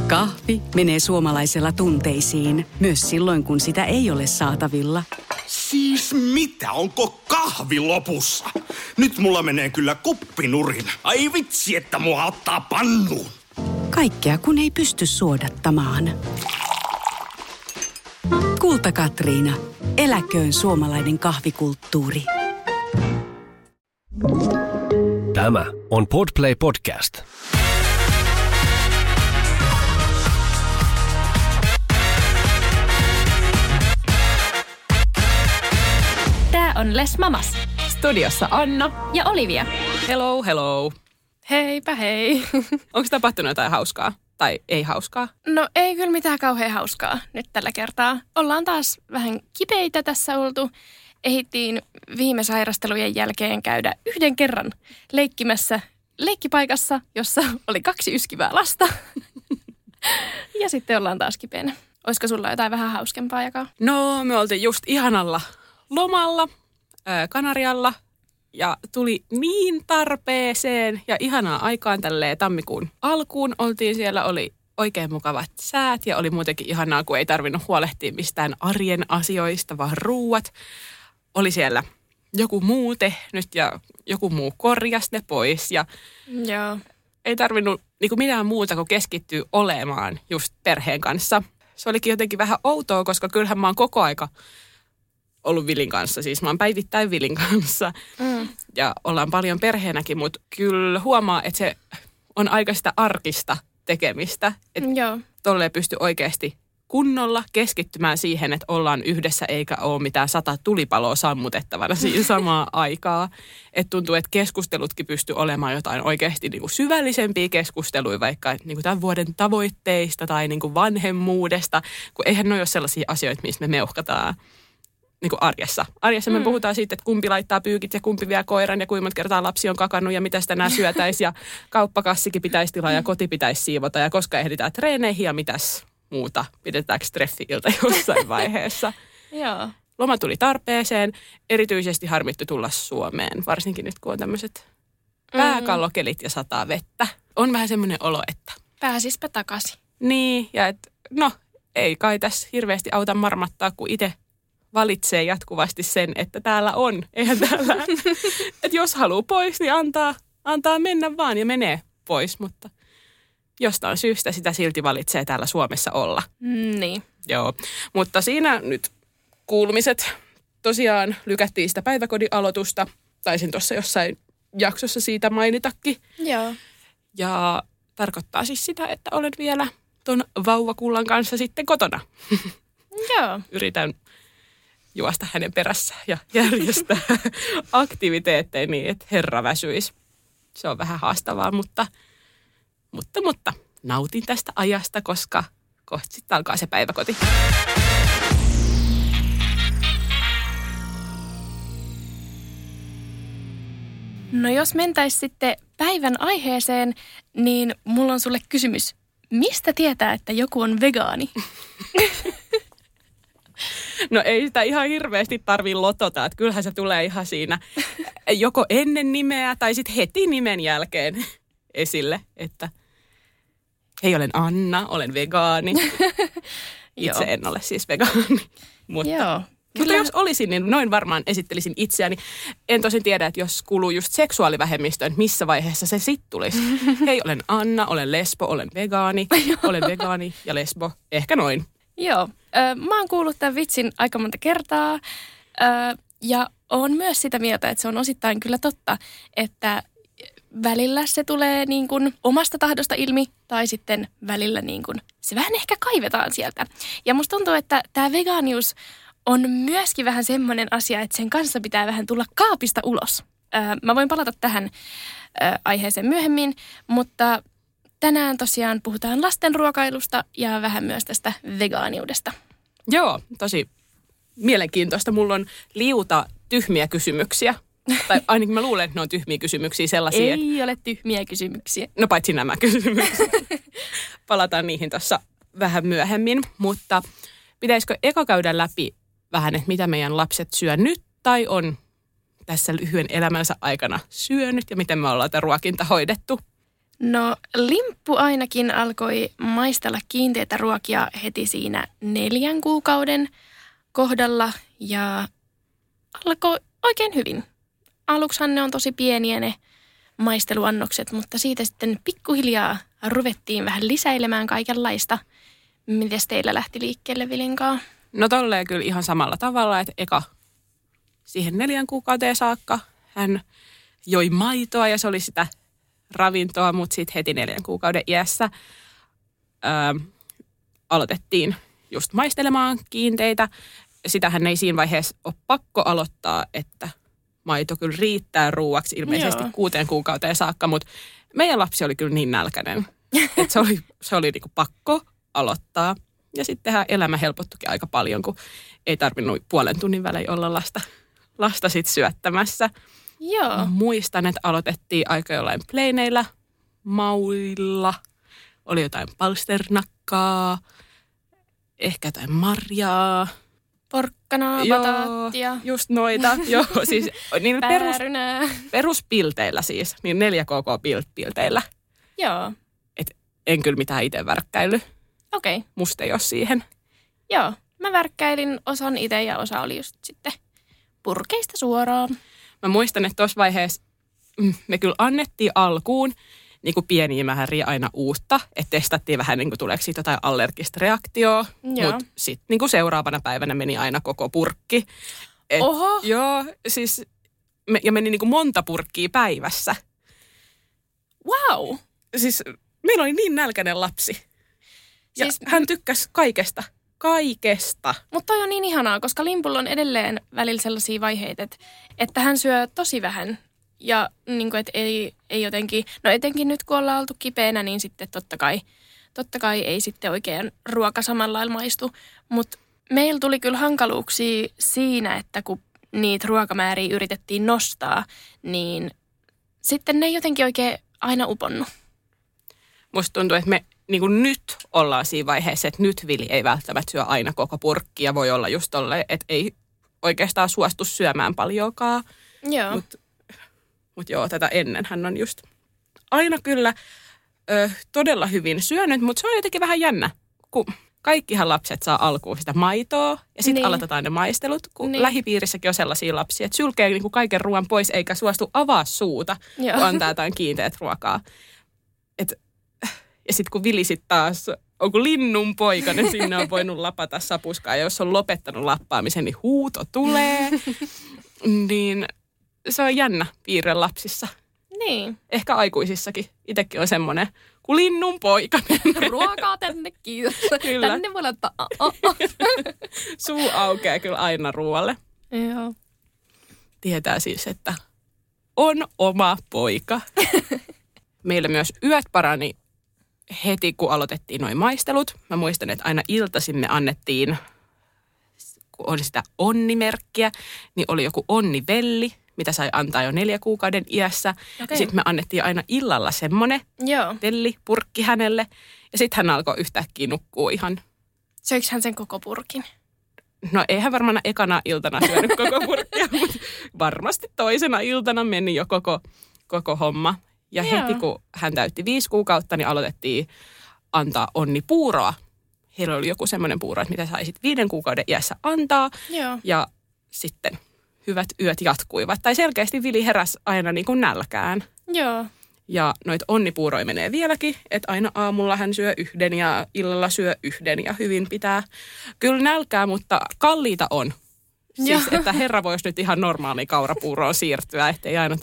Kahvi menee suomalaisella tunteisiin, myös silloin kun sitä ei ole saatavilla. Siis mitä? Onko kahvi lopussa? Nyt mulla menee kyllä kuppinurin. Ai vitsi, että mua ottaa pannuun. Kaikkea kun ei pysty suodattamaan. Kulta Katriina. Eläköön suomalainen kahvikulttuuri. Tämä on Podplay Podcast. Tää on Les Mamas. Studiossa Anna Ja Olivia. Hello, hello. Heipä hei. Onko tapahtunut jotain hauskaa? Tai ei hauskaa? No ei kyllä mitään kauhean hauskaa nyt tällä kertaa. Ollaan taas vähän kipeitä tässä oltu. Ehdittiin viime sairastelujen jälkeen käydä yhden kerran leikkimässä leikkipaikassa, jossa oli 2 yskivää lasta. Ja sitten ollaan taas kipeänä. Olisiko sulla jotain vähän hauskempaa jakaa? No, me oltiin just ihanalla lomalla Kanarialla ja tuli niin tarpeeseen ja ihanaa aikaan tälleen tammikuun alkuun. Oltiin siellä, oli oikein mukavat säät ja oli muutenkin ihanaa, kun ei tarvinnut huolehtia mistään arjen asioista, vaan ruuat. Oli siellä joku muu tehnyt ja joku muu korjasi ne pois ja Joo. ei tarvinnut mitään muuta kuin keskittyä olemaan just perheen kanssa. Se olikin jotenkin vähän outoa, koska kyllähän mä oon koko aika ollut Vilin kanssa. Siis mä oon päivittäin Vilin kanssa ja ollaan paljon perheenäkin, mutta kyllä huomaa, että se on aika sitä arkista tekemistä. Että tolleen pysty oikeasti kunnolla keskittymään siihen, että ollaan yhdessä eikä ole mitään 100 tulipaloa sammutettavana siinä samaa aikaa. Että tuntuu, että keskustelutkin pystyy olemaan jotain oikeasti syvällisempiä keskusteluja, vaikka tämän vuoden tavoitteista tai vanhemmuudesta, kun eihän ne ole sellaisia asioita, mistä me meuhkataan arjessa. Arjessa me puhutaan siitä, että kumpi laittaa pyykit ja kumpi vie koiran ja kuinka monta kertaa lapsi on kakannut ja mitä sitä nää syötäisi ja kauppakassikin pitäisi tilaa ja koti pitäisi siivota ja koska ehditään treeneihin ja mitäs muuta. Pidetäänkö treffi-ilta jossain vaiheessa. Joo. Loma tuli tarpeeseen. Erityisesti harmittu tulla Suomeen, varsinkin nyt kun on tämmöiset pääkallokelit ja sataa vettä. On vähän semmoinen olo, että Pääsispä takaisin. niin ja että ei kai tässä hirveästi auta marmattaa, kun itse valitsee jatkuvasti sen, että täällä on. Eihän täällä, että jos haluaa pois, niin antaa mennä vaan ja menee pois, mutta jostain syystä sitä silti valitsee täällä Suomessa olla. Niin. Joo, mutta siinä nyt kuulumiset tosiaan lykättiin sitä päiväkodin aloitusta. Taisin tuossa jossain jaksossa siitä mainitakin. Joo. Ja tarkoittaa siis sitä, että olen vielä ton vauvakullan kanssa sitten kotona. Joo. Yritän juosta hänen perässä ja järjestää aktiviteetteja niin, että herra väsyisi. Se on vähän haastavaa, mutta nautin tästä ajasta, koska kohta sitten alkaa se päiväkoti. No jos mentäis sitten päivän aiheeseen, niin mulla on sulle kysymys. Mistä tietää, että joku on vegaani? No ei sitä ihan hirveästi tarvitse lotota, että kyllähän se tulee ihan siinä joko ennen nimeä tai sitten heti nimen jälkeen esille, että hei, olen Anna, olen vegaani. Itse en ole siis vegaani, mutta jos olisin, niin noin varmaan esittelisin itseäni. En tosin tiedä, että jos kuuluu just seksuaalivähemmistöön, missä vaiheessa se sitten tulisi. Hei, olen Anna, olen lesbo, olen vegaani ja lesbo. Ehkä noin. Joo. Mä oon kuullut tämän vitsin aika monta kertaa ja oon myös sitä mieltä, että se on osittain kyllä totta, että välillä se tulee niin kuin omasta tahdosta ilmi tai sitten välillä niin kuin se vähän ehkä kaivetaan sieltä. Ja musta tuntuu, että tämä vegaanius on myöskin vähän semmoinen asia, että sen kanssa pitää vähän tulla kaapista ulos. Mä voin palata tähän aiheeseen myöhemmin, mutta tänään tosiaan puhutaan lasten ruokailusta ja vähän myös tästä vegaaniudesta. Joo, tosi mielenkiintoista. Mulla on liuta tyhmiä kysymyksiä. Tai ainakin mä luulen, että ne on tyhmiä kysymyksiä sellaisia. Ei ole tyhmiä kysymyksiä. No paitsi nämä kysymykset. Palataan niihin tuossa vähän myöhemmin. Mutta pitäisikö eka käydä läpi vähän, että mitä meidän lapset syö nyt tai on tässä lyhyen elämänsä aikana syönyt ja miten me ollaan tätä ruokinta hoidettu? No Limppu ainakin alkoi maistella kiinteitä ruokia heti siinä 4 kuukauden kohdalla ja alkoi oikein hyvin. Aluksihan ne on tosi pieniä ne maisteluannokset, mutta siitä sitten pikkuhiljaa ruvettiin vähän lisäilemään kaikenlaista. Mites teillä lähti liikkeelle Vilinkaa? No tolleen kyllä ihan samalla tavalla, että eka siihen 4 kuukauteen saakka hän joi maitoa ja se oli sitä ravintoa, mutta sitten heti 4 kuukauden iässä aloitettiin just maistelemaan kiinteitä. Sitähän ei siinä vaiheessa ole pakko aloittaa, että maito kyllä riittää ruuaksi ilmeisesti 6 kuukauteen saakka, mutta meidän lapsi oli kyllä niin nälkäinen, että se oli niinku pakko aloittaa. Ja sittenhän elämä helpottukin aika paljon, kun ei tarvinnut 0,5 tunnin välein olla lasta sit syöttämässä. Joo. Muistan, että aloitettiin aika jollain pleineillä, mauilla, oli jotain palsternakkaa, ehkä jotain marjaa. Porkkanaa, bataattia. Just noita. Joo, siis niin peruspilteillä siis, niin 4 kk-pilteillä. Joo. Et en kyllä mitään itse värkkäily. Okei. Musta ei ole siihen. Joo, mä värkkäilin osan itse ja osa oli just sitten purkeista suoraan. Mä muistan, että tuossa vaiheessa me kyllä annettiin alkuun niin kuin pieniä määriä aina uutta, että testattiin vähän niin kuin tuleeko siitä jotain allergista reaktioa, mutta sitten niin kuin seuraavana päivänä meni aina koko purkki. Oho! Joo, siis ja meni niin kuin monta purkkia päivässä. Wow! Siis meillä oli niin nälkäinen lapsi. Ja Siis, hän tykkäsi kaikesta. Kaikesta. mutta toi on niin ihanaa, koska Limpulla on edelleen välillä sellaisia vaiheita, että hän syö tosi vähän. Ja niin kuin, että ei jotenkin, no etenkin nyt kun ollaan oltu kipeänä, niin sitten totta kai ei sitten oikein ruoka samalla lailla maistu. Mutta meillä tuli kyllä hankaluuksia siinä, että kun niitä ruokamääriä yritettiin nostaa, niin sitten ne ei jotenkin oikein aina uponnut. Musta tuntuu, että me niin kuin nyt ollaan siinä vaiheessa, että nyt Vili ei välttämättä syö aina koko purkkia. Voi olla just tolleen, että ei oikeastaan suostu syömään paljonkaan. Joo. Mutta joo, tätä ennen hän on just aina kyllä todella hyvin syönyt, mutta se on jotenkin vähän jännä, kun kaikkihan lapset saa alkuun sitä maitoa ja sitten aloitetaan ne maistelut, kun lähipiirissäkin on sellaisia lapsia, että sylkee niin kuin kaiken ruoan pois eikä suostu avaa suuta, kun antaa jotain kiinteät ruokaa. Ja sitten kun Vili sitten taas on kuin linnun poika, niin sinne on voinut lapata sapuskaa. Ja jos on lopettanut lappaamisen, niin huuto tulee. Niin se on jännä piirre lapsissa. Niin. Ehkä aikuisissakin. Itsekin on semmoinen kuin linnun poika. Ruokaa tänne, kiitos. Kyllä. Tänne voi laittaa. Suu aukeaa kyllä aina ruoalle. Joo. Tietää siis, että on oma poika. Meillä myös yöt parani heti, kun aloitettiin nuo maistelut. Mä muistan, että aina iltaisin me annettiin, kun oli sitä onnimerkkiä, niin oli joku onnivelli, mitä sai antaa jo 4 kuukauden iässä. Okay. Sitten me annettiin aina illalla semmoinen vellipurkki hänelle. Ja sitten hän alkoi yhtäkkiä nukkua ihan. Söikö hän sen koko purkin? No eihän varmaan ekana iltana syönyt koko purkkia, mutta varmasti toisena iltana meni jo koko homma. Ja heti kun hän täytti 5 kuukautta, niin aloitettiin antaa onnipuuroa. Heillä oli joku semmoinen puuro, että mitä sai sitten 5 kuukauden iässä antaa. Joo. Ja sitten hyvät yöt jatkuivat. Tai selkeästi Vili heräsi aina niin kuin nälkään. Joo. Ja noita onnipuuroja menee vieläkin, että aina aamulla hän syö 1 ja illalla syö 1 ja hyvin pitää. Kyllä nälkää, mutta kalliita on. Siis, että herra voisi nyt ihan normaaliin kaurapuuroon siirtyä, ettei aina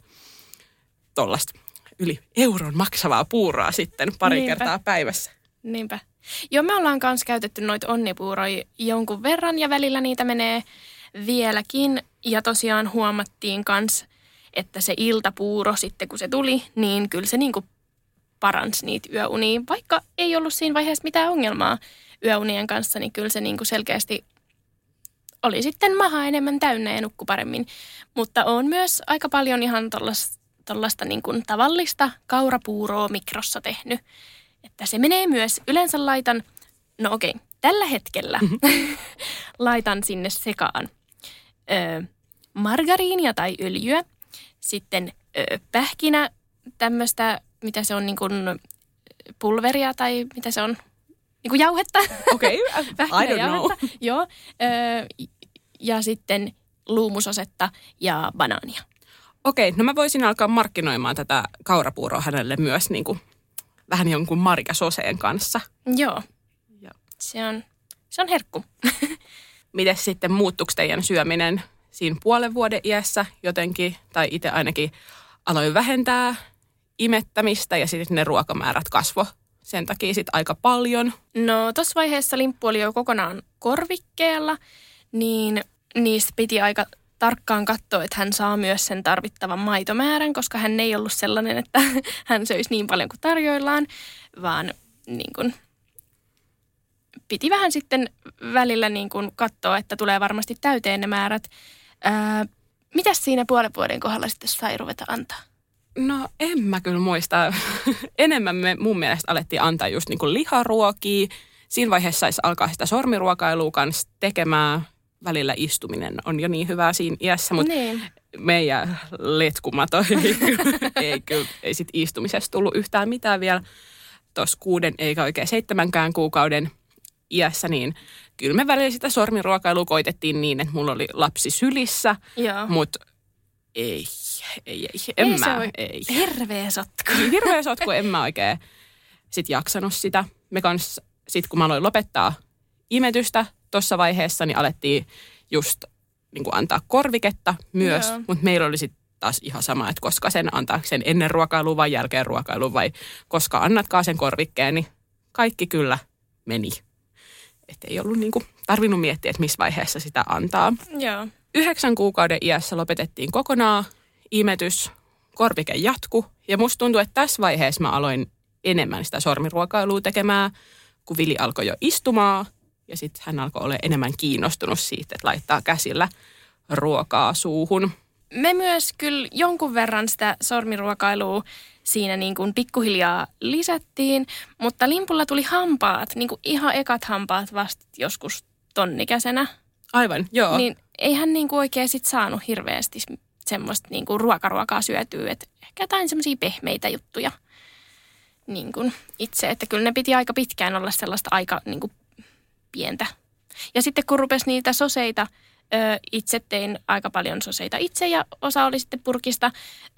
tollasta yli euron maksavaa puuroa sitten pari kertaa päivässä. Niinpä. Joo, me ollaan kanssa käytetty noita onnipuuroja jonkun verran ja välillä niitä menee vieläkin. Ja tosiaan huomattiin kanssa, että se iltapuuro sitten kun se tuli, niin kyllä se niinku paransi niitä yöunia. Vaikka ei ollut siinä vaiheessa mitään ongelmaa yöunien kanssa, niin kyllä se niinku selkeästi oli sitten maha enemmän täynnä ja nukkui paremmin. Mutta on myös aika paljon ihan tollaista niin kuin tavallista kaurapuuroa mikrossa tehnyt. Että se menee myös. Yleensä laitan, tällä hetkellä laitan sinne sekaan margariinia tai öljyä. Sitten pähkinä tämmöistä mitä se on niin kuin pulveria tai mitä se on, niin kuin jauhetta. Okei, I don't know. Joo, ja sitten luumusosetta ja banaania. Okei, no mä voisin alkaa markkinoimaan tätä kaurapuuroa hänelle myös niin kuin vähän jonkun marikasoseen kanssa. Joo, se on herkku. Mites sitten muuttuiko teidän syöminen siinä puolen vuoden iässä jotenkin? Tai itse ainakin aloin vähentää imettämistä ja sitten ne ruokamäärät kasvoi sen takia sitten aika paljon. No tuossa vaiheessa limppu oli jo kokonaan korvikkeella, niin niistä piti aika tarkkaan katsoa, että hän saa myös sen tarvittavan maitomäärän, koska hän ei ollut sellainen, että hän söisi niin paljon kuin tarjoillaan, vaan niin kuin piti vähän sitten välillä niin kuin katsoa, että tulee varmasti täyteen ne määrät. Mitäs siinä puolen vuoden kohdalla sitten sai ruveta antaa? No en mä kyllä muista. Enemmän me mun mielestä alettiin antaa just niin kuin liharuokia. Siinä vaiheessa saisi alkaa sitä sormiruokailua kanssa tekemään. Välillä istuminen on jo niin hyvää siinä iässä, mutta meidän letkumato ei sit istumisesta tullut yhtään mitään vielä tuossa 6 eikä oikein 7 kuukauden iässä, niin kyllä me välillä sitä sormiruokailua koitettiin niin, että mulla oli lapsi sylissä, mutta ei. Hirveä sotku. Hirveä sotku, en mä oikein sit jaksanut sitä. Me kanssa, sit kun mä aloin lopettaa imetystä tuossa vaiheessa, niin alettiin just niin kuin antaa korviketta myös, mutta meillä oli sitten taas ihan sama, että koska sen antaako sen ennen ruokailua vai jälkeen ruokailua vai koska annatkaa sen korvikkeen, niin kaikki kyllä meni. Että ei ollut niin kuin tarvinnut miettiä, että missä vaiheessa sitä antaa. Joo. 9 kuukauden iässä lopetettiin kokonaan imetys, korvike jatku ja musta tuntuu, että tässä vaiheessa mä aloin enemmän sitä sormiruokailua tekemään, kun Vili alkoi jo istumaan. Ja sitten hän alkoi olla enemmän kiinnostunut siitä, että laittaa käsillä ruokaa suuhun. Me myös kyllä jonkun verran sitä sormiruokailua siinä niin kuin pikkuhiljaa lisättiin, mutta limpulla tuli hampaat, niin kuin ihan ekat hampaat vasta joskus tonnikäisenä. Aivan, joo. Niin ei hän niin kuin oikein sit saanut hirveästi semmoista niin kuin ruokaa syötyä, että ehkä jotain semmoisia pehmeitä juttuja niin kuin itse, että kyllä ne piti aika pitkään olla sellaista aika niin kuin pientä. Ja sitten kun rupesi niitä soseita, itse tein aika paljon soseita itse ja osa oli sitten purkista,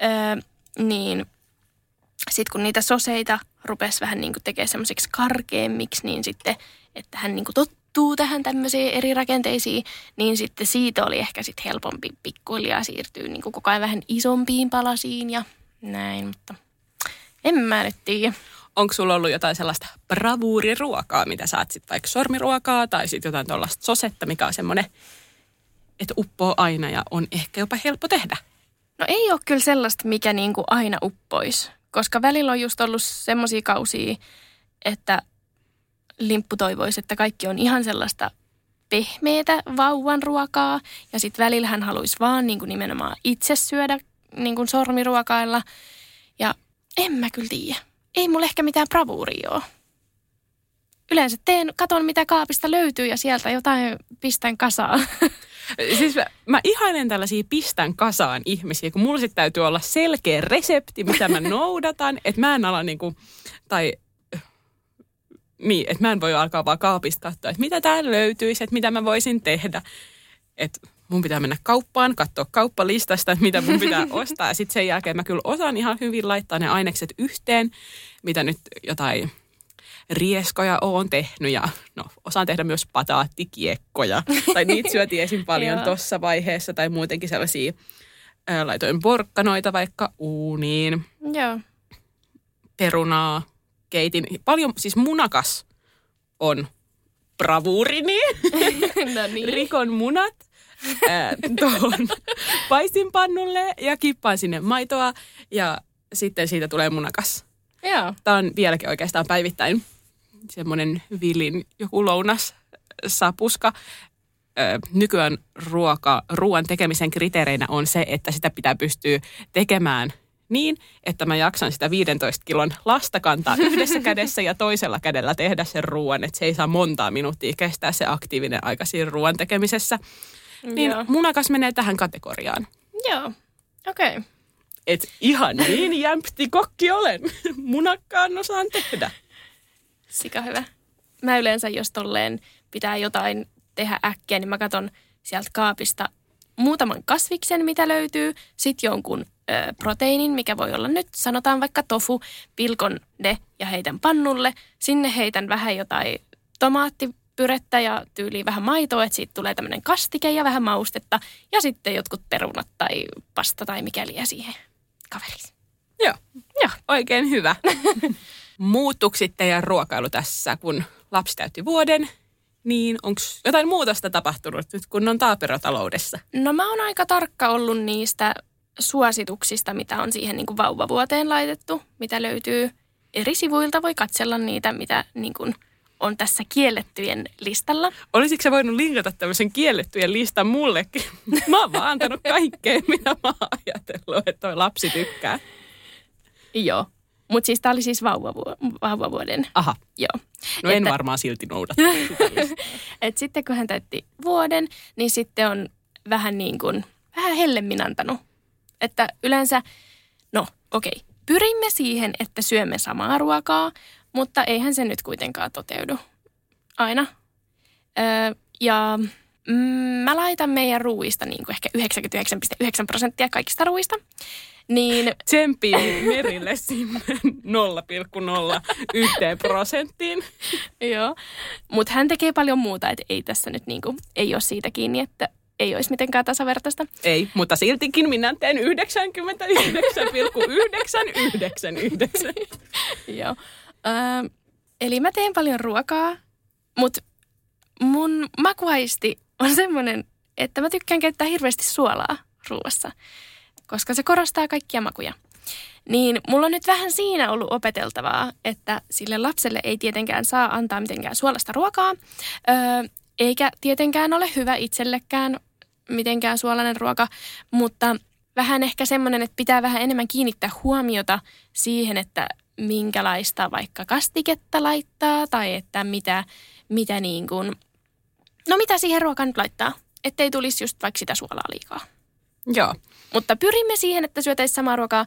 niin sitten kun niitä soseita rupesi vähän niin kuin tekemään semmoisiksi karkeammiksi, niin sitten, että hän niin kuin tottuu tähän tämmöisiin eri rakenteisiin, niin sitten siitä oli ehkä sitten helpompi pikkuhiljaa siirtyä niin kuin koko ajan vähän isompiin palasiin ja näin, mutta en mä nyt tiedä. Onko sulla ollut jotain sellaista bravuuriruokaa, mitä saat sitten vaikka sormiruokaa tai sitten jotain tuollaista sosetta, mikä on semmoinen, että uppoo aina ja on ehkä jopa helppo tehdä? No ei ole kyllä sellaista, mikä niinku aina uppoisi, koska välillä on just ollut semmoisia kausia, että limppu toivoisi, että kaikki on ihan sellaista pehmeätä vauvan ruokaa ja sitten välillä hän haluaisi vaan niinku nimenomaan itse syödä niinku sormiruokailla ja en mä kyllä tiedä. Ei mulla ehkä mitään bravuuria ole. Yleensä katon mitä kaapista löytyy ja sieltä jotain pistän kasaan. Siis mä ihailen tällaisia pistän kasaan ihmisiä, kun mulla sitten täytyy olla selkeä resepti, mitä mä noudatan. Että mä en ala niinku, että mä en voi alkaa vaan kaapista katsoa, että mitä täällä löytyisi, että mitä mä voisin tehdä. Että mun pitää mennä kauppaan, katsoa kauppalistasta, että mitä mun pitää ostaa. Ja sitten sen jälkeen mä kyllä osaan ihan hyvin laittaa ne ainekset yhteen, mitä nyt jotain rieskoja oon tehnyt. Ja no, osaan tehdä myös pataattikiekkoja. Tai niitä syötiin esim. Paljon tuossa vaiheessa. Tai muutenkin sellaisia, laitoin porkkanoita vaikka uuniin. Joo. Perunaa, keitin. Paljon, siis munakas on bravuurini. No niin. Rikon munat tuohon paistinpannulle ja kippaan sinne maitoa ja sitten siitä tulee munakas. Joo. Tämä on vieläkin oikeastaan päivittäin semmoinen Vilin joku lounassapuska. Nykyään ruoan tekemisen kriteereinä on se, että sitä pitää pystyä tekemään niin, että mä jaksan sitä 15 kilon lasta kantaa yhdessä kädessä ja toisella kädellä tehdä sen ruoan, että se ei saa montaa minuuttia kestää se aktiivinen aika siinä ruoan tekemisessä. Niin munakas menee tähän kategoriaan. Joo, okei. Et ihan niin jämpti kokki olen. Munakkaan osaan tehdä. Sika hyvä. Mä yleensä, jos tolleen pitää jotain tehdä äkkiä, niin mä katson sieltä kaapista muutaman kasviksen, mitä löytyy. Sitten jonkun proteiinin, mikä voi olla nyt, sanotaan vaikka tofu, pilkon ne ja heitän pannulle. Sinne heitän vähän jotain tomaattipyrettä ja tyyliin vähän maitoa, että siitä tulee tämmöinen kastike ja vähän maustetta. Ja sitten jotkut perunat tai pasta tai mikäli ja siihen kaveriksi. Joo, oikein hyvä. Muuttuiko sitten teidän ruokailu tässä, kun lapsi täytti vuoden? Niin onko jotain muutosta tapahtunut nyt, kun on taaperotaloudessa? No mä oon aika tarkka ollut niistä suosituksista, mitä on siihen niin kuin vauvavuoteen laitettu, mitä löytyy eri sivuilta. Voi katsella niitä, mitä niin kuin on tässä kiellettyjen listalla. Olisitko sä voinut linkata tämmöisen kiellettyjen listan mullekin? Mä oon vaan antanut kaikkea, mitä mä oon ajatellut, että toi lapsi tykkää. Joo, mutta siis tää oli siis vauvavuoden. Aha. Joo. No en varmaan silti noudata. Et sitten kun hän täytti vuoden, niin sitten on vähän niin kuin, vähän hellemmin antanut. Että yleensä, no okei, pyrimme siihen, että syömme samaa ruokaa, mutta eihän se nyt kuitenkaan toteudu aina. Ja mä laitan meidän ruuista niin kuin ehkä 99,9% kaikista ruuista. Niin tsempii Merille sinne 0,01%. Joo, mutta hän tekee paljon muuta, että ei tässä nyt niinku, ei ole siitä kiinni, että ei olisi mitenkään tasavertaista. Ei, mutta siltikin minä teen 99,999. Joo, eli mä teen paljon ruokaa, mutta mun makuaisti on semmoinen, että mä tykkään käyttää hirveästi suolaa ruuassa, koska se korostaa kaikkia makuja. Niin mulla on nyt vähän siinä ollut opeteltavaa, että sille lapselle ei tietenkään saa antaa mitenkään suolasta ruokaa, eikä tietenkään ole hyvä itsellekään mitenkään suolainen ruoka, mutta vähän ehkä semmoinen, että pitää vähän enemmän kiinnittää huomiota siihen, että minkälaista vaikka kastiketta laittaa tai että mitä niin kuin, no mitä siihen ruokaan nyt laittaa, ettei tulisi just vaikka sitä suolaa liikaa. Joo. Mutta pyrimme siihen, että syötäisiin samaa ruokaa.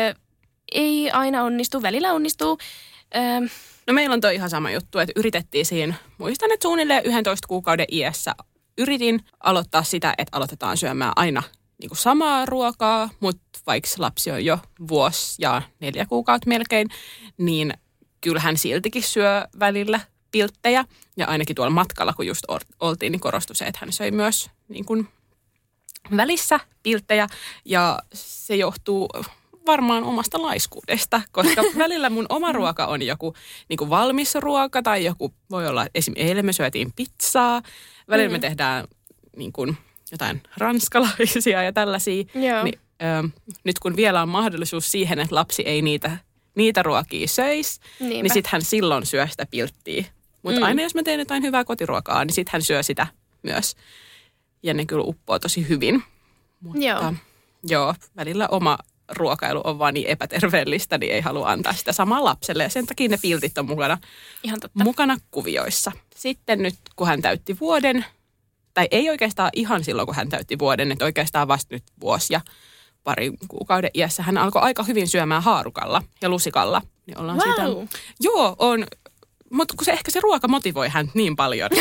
Ei aina onnistu, välillä onnistuu. No meillä on toi ihan sama juttu, että yritettiin siinä, muistan, että suunnilleen 11 kuukauden iässä yritin aloittaa sitä, että aloitetaan syömään aina niin kuin samaa ruokaa, mutta vaikka lapsi on jo vuosi ja 4 kuukautta melkein, niin kyllähän siltikin syö välillä pilttejä. Ja ainakin tuolla matkalla, kun just oltiin, niin korostui se, että hän söi myös niin kuin välissä pilttejä ja se johtuu varmaan omasta laiskuudesta, koska välillä mun oma ruoka on joku niin kuin valmis ruoka tai joku, voi olla esimerkiksi eilen me syötiin pizzaa, välillä me tehdään niin kuin jotain ranskalaisia ja tällaisia, niin, nyt kun vielä on mahdollisuus siihen, että lapsi ei niitä ruokia söisi, niin sit hän silloin syö sitä pilttiä. Mutta aina jos mä teen jotain hyvää kotiruokaa, niin sit hän syö sitä myös. Ja ne kyllä uppoo tosi hyvin. Mutta joo, välillä oma ruokailu on vaan niin epäterveellistä, niin ei halua antaa sitä samaa lapselle. Ja sen takia ne piltit on mukana kuvioissa. Sitten nyt, kun hän täytti vuoden, tai ei oikeastaan ihan silloin, kun hän täytti vuoden, että oikeastaan vasta nyt vuosi ja parin kuukauden iässä hän alkoi aika hyvin syömään haarukalla ja lusikalla. Niin ollaan siitä, joo, on, mutta kun ehkä se ruoka motivoi hän niin paljon.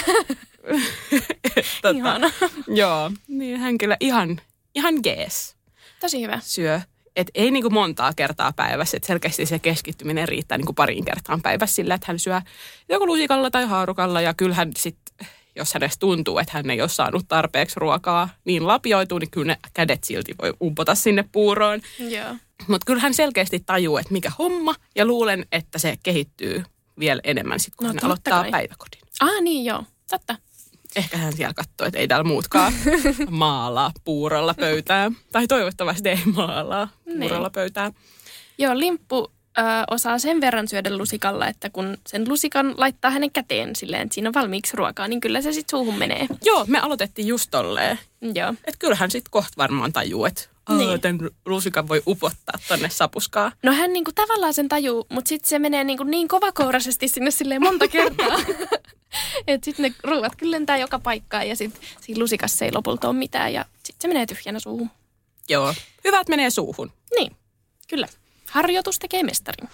Ihana. Joo, niin hän kyllä ihan jees. Tosi hyvä. Syö. Että ei niinku montaa kertaa päivässä, että selkeästi se keskittyminen riittää niinku pariin kertaan päivässä sillä, että hän syö joko lusikalla tai haarukalla. Ja kyllähän sitten, jos hänestä tuntuu, että hän ei ole saanut tarpeeksi ruokaa, niin lapioituu, niin kyllä ne kädet silti voi umpota sinne puuroon. Joo. Mutta kyllä hän selkeästi tajuu, että mikä homma, ja luulen, että se kehittyy vielä enemmän sitten, kun hän aloittaa päiväkodin. Niin joo, totta. Ehkä hän siellä katsoo, että ei täällä muutkaan maalaa puurolla pöytään. Tai toivottavasti ei maalaa puurolla pöytään. Joo, Limppu osaa sen verran syödä lusikalla, että kun sen lusikan laittaa hänen käteen silleen, että siinä on valmiiksi ruokaa, niin kyllä se sitten suuhun menee. Joo, me aloitettiin just tolleen. Joo. Että kyllähän sitten kohta varmaan tajuu, että tämän lusikan voi upottaa tonne sapuskaan. No hän niinku tavallaan sen tajuu, mutta sitten se menee niin kovakouraisesti sinne silleen monta kertaa. Että sitten ne ruuat kyllä lentää joka paikkaan ja sitten siinä lusikassa ei lopulta ole mitään ja sitten se menee tyhjänä suuhun. Joo, hyvä, että menee suuhun. Niin. Kyllä. Harjoitus tekee mestarin.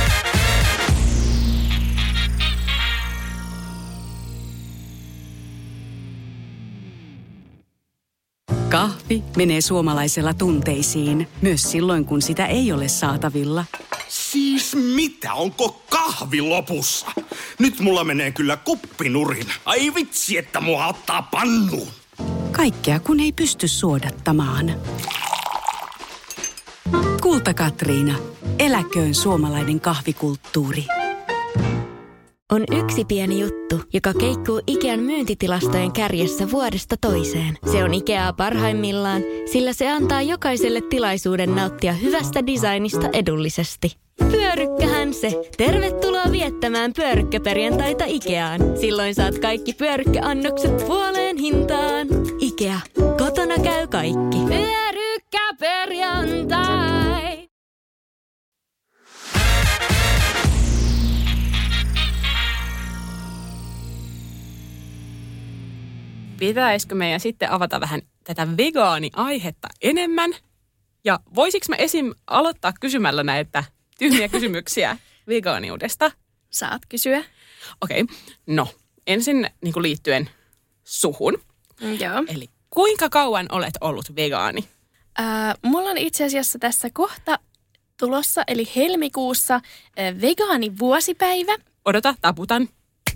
Kahvi menee suomalaisella tunteisiin, myös silloin kun sitä ei ole saatavilla. Siis mitä? Onko kahvi lopussa? Nyt mulla menee kyllä kuppinurin. Ai vitsi, että mua ottaa pannuun. Kaikkea kun ei pysty suodattamaan. Kulta Katriina. Eläköön suomalainen kahvikulttuuri. On yksi pieni juttu, joka keikkuu Ikean myyntitilastojen kärjessä vuodesta toiseen. Se on Ikeaa parhaimmillaan, sillä se antaa jokaiselle tilaisuuden nauttia hyvästä designista edullisesti. Pyörykkähän se! Tervetuloa viettämään pyörykkäperjantaita Ikeaan. Silloin saat kaikki pyörykkäannokset puoleen hintaan. Ikea. Kotona käy kaikki. Pyörykkäperjantai! Pitäisikö meidän sitten avata vähän tätä vegaani-aihetta enemmän? Ja voisiko mä esim. Aloittaa kysymällä näitä tyhmiä kysymyksiä vegaaniudesta? Saat kysyä. Okei. No, ensin niin kuin liittyen suhun. Joo. Eli kuinka kauan olet ollut vegaani? Mulla on itse asiassa tässä kohta tulossa, eli helmikuussa vegaanivuosipäivä. Odota, taputan.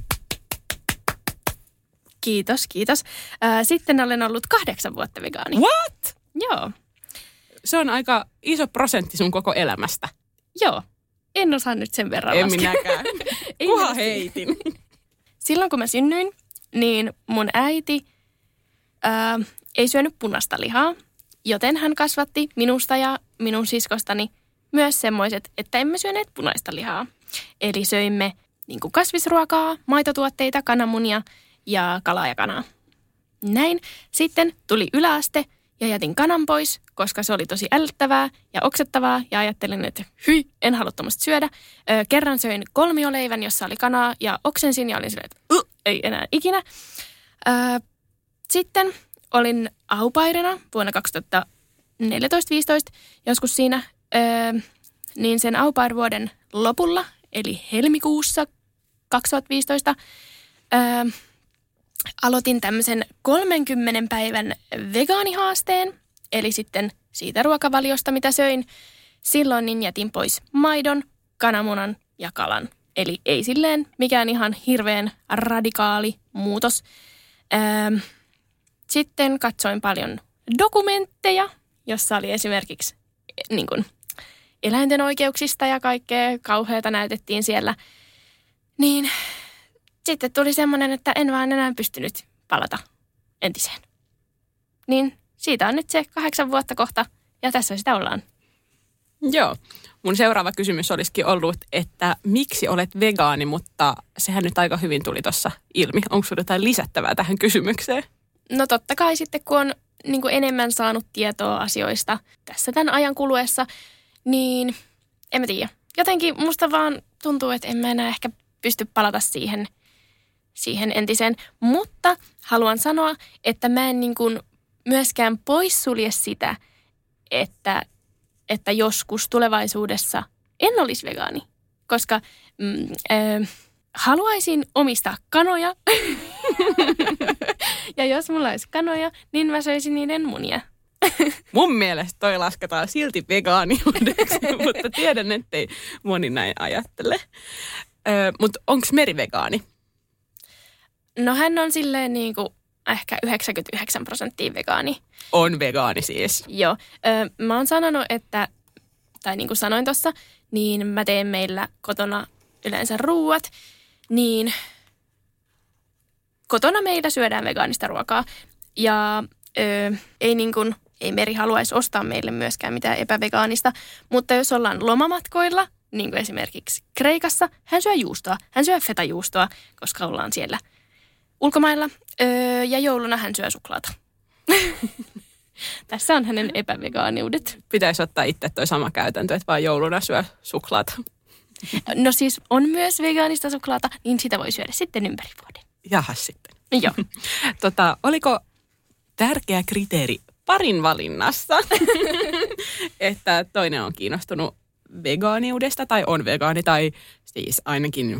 Kiitos. Sitten olen ollut 8 vuotta vegaani. What? Joo. Se on aika iso prosentti sun koko elämästä. Joo. En osaa nyt sen verran En laskea. minäkään. Kuha heitin. Silloin kun mä synnyin, niin mun äiti ei syönyt punaista lihaa, joten hän kasvatti minusta ja minun siskostani myös semmoiset, että emme syöneet punaista lihaa. Eli söimme niin kuin kasvisruokaa, maitotuotteita, kananmunia ja kalaa ja kanaa. Näin. Sitten tuli yläaste ja jätin kanan pois, koska se oli tosi ällöttävää ja oksettavaa ja ajattelin, että hyi, en halua tommoista syödä. Kerran söin kolmioleivän, jossa oli kanaa ja oksensin ja olin silleen, että ei enää ikinä. Sitten olin aupairina vuonna 2014-2015, joskus siinä, niin sen aupairvuoden lopulla, eli helmikuussa 2015, aloitin tämmöisen 30 päivän vegaanihaasteen, eli sitten siitä ruokavaliosta, mitä söin. Silloin niin jätin pois maidon, kananmunan ja kalan. Eli ei silleen mikään ihan hirveän radikaali muutos. Sitten katsoin paljon dokumentteja, jossa oli esimerkiksi niin kuin, eläinten oikeuksista ja kaikkea kauheata näytettiin siellä. Niin sitten tuli semmoinen, että en vaan enää pystynyt palata entiseen. Niin siitä on nyt se 8 vuotta kohta ja tässä sitä ollaan. Joo. Mun seuraava kysymys olisikin ollut, että miksi olet vegaani, mutta sehän nyt aika hyvin tuli tuossa ilmi. Onko sinulla jotain lisättävää tähän kysymykseen? No totta kai sitten, kun on niin kuin enemmän saanut tietoa asioista tässä tämän ajan kuluessa, niin en mä tiedä. Jotenkin musta vaan tuntuu, että en mä enää ehkä pysty palata siihen entiseen. Mutta haluan sanoa, että mä en niin kuin myöskään poissulje sitä, että joskus tulevaisuudessa en olisi vegaani. Koska haluaisin omistaa kanoja. Ja jos mulla olisi kanoja, niin mä söisin niiden munia. Mun mielestä toi lasketaan silti vegaaniudeksi, mutta tiedän, ettei moni näin ajattele. Mutta onko Meri vegaani? No hän on silleen niin kuin ehkä 99% vegaani. On vegaani siis. Joo. Mä oon sanonut, että, tai niin kuin sanoin tuossa, niin mä teen meillä kotona yleensä ruuat, niin kotona meillä syödään vegaanista ruokaa. Ja ei Meri haluaisi ostaa meille myöskään mitään epävegaanista, mutta jos ollaan lomamatkoilla, niin kuin esimerkiksi Kreikassa, hän syö juustoa. Hän syö fetajuustoa, koska ollaan siellä ulkomailla. Ja jouluna hän syö suklaata. Tässä on hänen epävegaaniudet. Pitäisi ottaa itse toi sama käytäntö, että vaan jouluna syö suklaata. No siis on myös vegaanista suklaata, niin sitä voi syödä sitten ympäri vuoden. Jahas sitten. Joo. Oliko tärkeä kriteeri parin valinnassa. Että toinen on kiinnostunut vegaaniudesta tai on vegaani tai siis ainakin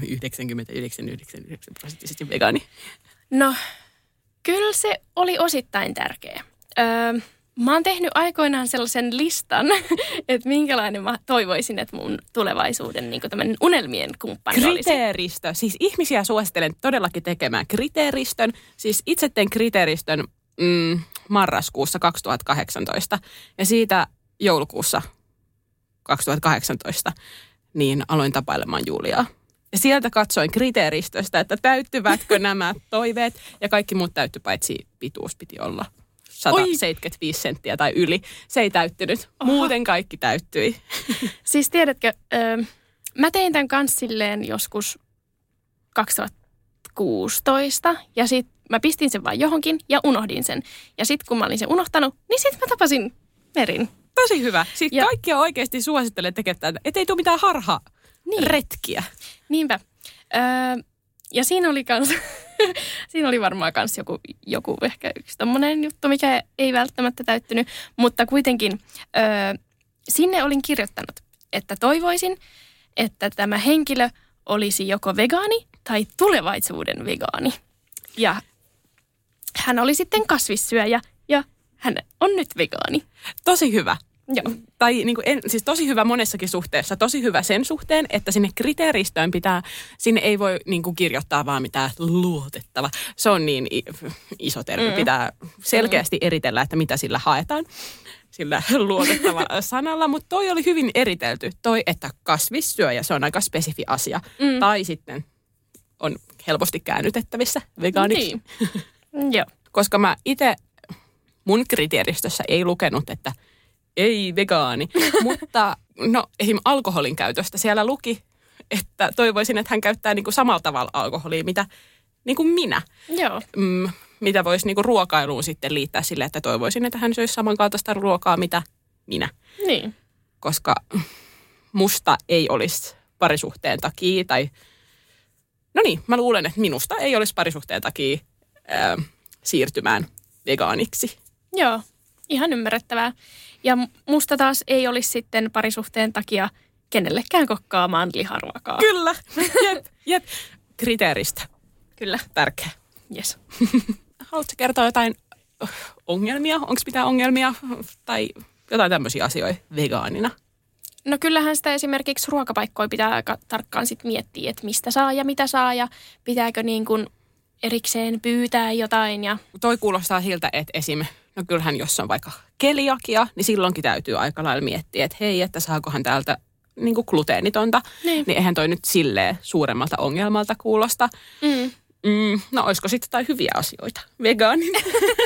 99,99% vegaani. No, kyllä se oli osittain tärkeä. Mä oon tehnyt aikoinaan sellaisen listan, että minkälainen mä toivoisin, että mun tulevaisuuden niin tämmöinen unelmien kumppani olisi. Kriteeristö. Siis ihmisiä suosittelen todellakin tekemään kriteeristön. Siis itse tein kriteeristön marraskuussa 2018 ja siitä joulukuussa 2018 niin aloin tapailemaan Juliaa. Ja sieltä katsoin kriteeristöstä, että täyttyvätkö nämä toiveet ja kaikki muut täyttyi, paitsi pituus piti olla 175 senttiä tai yli. Se ei täyttynyt. Muuten kaikki täyttyi. Siis tiedätkö, mä tein tämän kanssa silleen joskus 2016 ja sit mä pistin sen vaan johonkin ja unohdin sen. Ja sit kun mä olin sen unohtanut, niin sit mä tapasin Merin. Tosi hyvä. Siis kaikkia oikeasti suosittelen tekemään, ettei tule mitään retkiä. Niinpä. Ja siinä oli kans, siinä oli varmaan kans joku ehkä yksi tommonen juttu, mikä ei välttämättä täyttynyt. Mutta kuitenkin sinne olin kirjoittanut, että toivoisin, että tämä henkilö olisi joko vegaani tai tulevaisuuden vegaani. Ja hän oli sitten kasvissyöjä ja hän on nyt vegaani. Tosi hyvä. Joo. Tai niin kuin, siis tosi hyvä monessakin suhteessa. Tosi hyvä sen suhteen, että sinne kriteeristöön sinne ei voi niin kuin kirjoittaa vaan mitään luotettava. Se on niin iso termi. Pitää selkeästi eritellä, että mitä sillä haetaan. Sillä luotettava sanalla, mutta toi oli hyvin eritelty. Toi, että kasvissyöjä, se on aika spesifi asia. Tai sitten on helposti käännytettävissä vegaaniksi. Niin. Joo. Koska mä itse, mun kriteeristössä ei lukenut, että ei vegaani, mutta no esim. Alkoholin käytöstä siellä luki, että toivoisin, että hän käyttää niinku samalla tavalla alkoholia, mitä niinku minä. Joo. Mitä voisi niinku ruokailuun sitten liittää sille, että toivoisin, että hän söisi samankaltaista ruokaa, mitä minä. Niin. Koska musta ei olisi parisuhteen takia tai no niin, mä luulen, että minusta ei olisi parisuhteen takia siirtymään vegaaniksi. Joo, ihan ymmärrettävää. Ja musta taas ei olisi sitten parisuhteen takia kenellekään kokkaamaan liharuokaa. Kyllä, jep. Kriteeristä. Kyllä. Tärkeä. Yes. Haluatko kertoa jotain ongelmia? Onko mitään ongelmia tai jotain tämmöisiä asioita vegaanina? No kyllähän sitä esimerkiksi ruokapaikkoja pitää aika tarkkaan sit miettiä, että mistä saa ja mitä saa ja pitääkö niin kuin erikseen pyytää jotain. Ja toi kuulostaa siltä, että esim. No kyllähän jos on vaikka keliakia, niin silloinkin täytyy aika lailla miettiä, että hei, että saakohan täältä niin kuin gluteenitonta. Niin eihän toi nyt silleen suuremmalta ongelmalta kuulosta. No olisiko sitten jotain hyviä asioita vegaanin?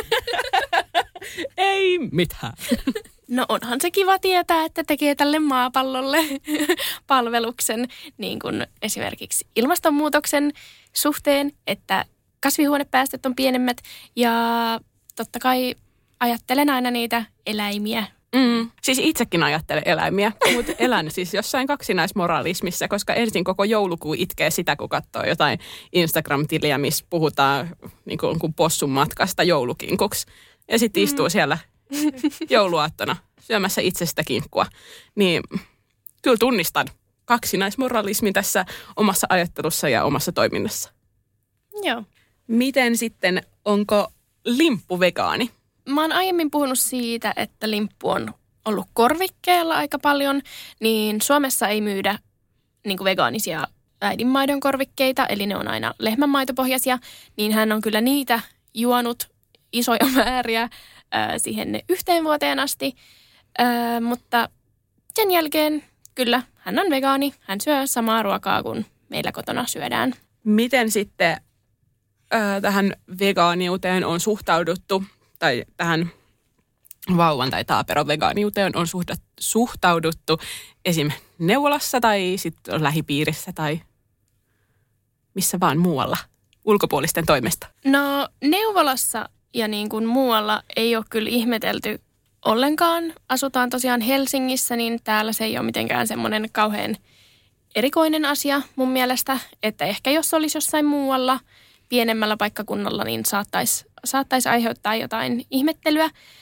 Ei mitään. No onhan se kiva tietää, että tekee tälle maapallolle palveluksen, niin kuin esimerkiksi ilmastonmuutoksen suhteen, että kasvihuonepäästöt on pienemmät ja totta kai ajattelen aina niitä eläimiä. Siis itsekin ajattelen eläimiä, mutta elän siis jossain kaksinaismoralismissa, koska ensin koko joulukuu itkee sitä, kun katsoo jotain Instagram-tiliä, missä puhutaan niin kuin possun matkasta joulukinkuksi. Ja sitten istuu siellä jouluaattona syömässä itsestä kinkkua. Niin kyllä tunnistan kaksinaismoralismin tässä omassa ajattelussa ja omassa toiminnassa. Joo. Miten sitten, onko limppu vegaani? Mä oon aiemmin puhunut siitä, että limppu on ollut korvikkeella aika paljon, niin Suomessa ei myydä niin kuin vegaanisia äidinmaidon korvikkeita, eli ne on aina lehmänmaitopohjaisia, niin hän on kyllä niitä juonut isoja määriä siihen 1 vuoteen asti, mutta sen jälkeen kyllä hän on vegaani, hän syö samaa ruokaa kuin meillä kotona syödään. Miten sitten tähän vegaaniuteen on suhtauduttu, tai tähän vauvan tai taaperon vegaaniuteen on suhtauduttu esim. Neuvolassa tai sitten lähipiirissä tai missä vaan muualla ulkopuolisten toimesta? No neuvolassa ja niin kuin muualla ei ole kyllä ihmetelty ollenkaan. Asutaan tosiaan Helsingissä, niin täällä se ei ole mitenkään semmoinen kauhean erikoinen asia mun mielestä, että ehkä jos olisi jossain muualla pienemmällä paikkakunnalla, niin saattaisi aiheuttaa jotain ihmettelyä.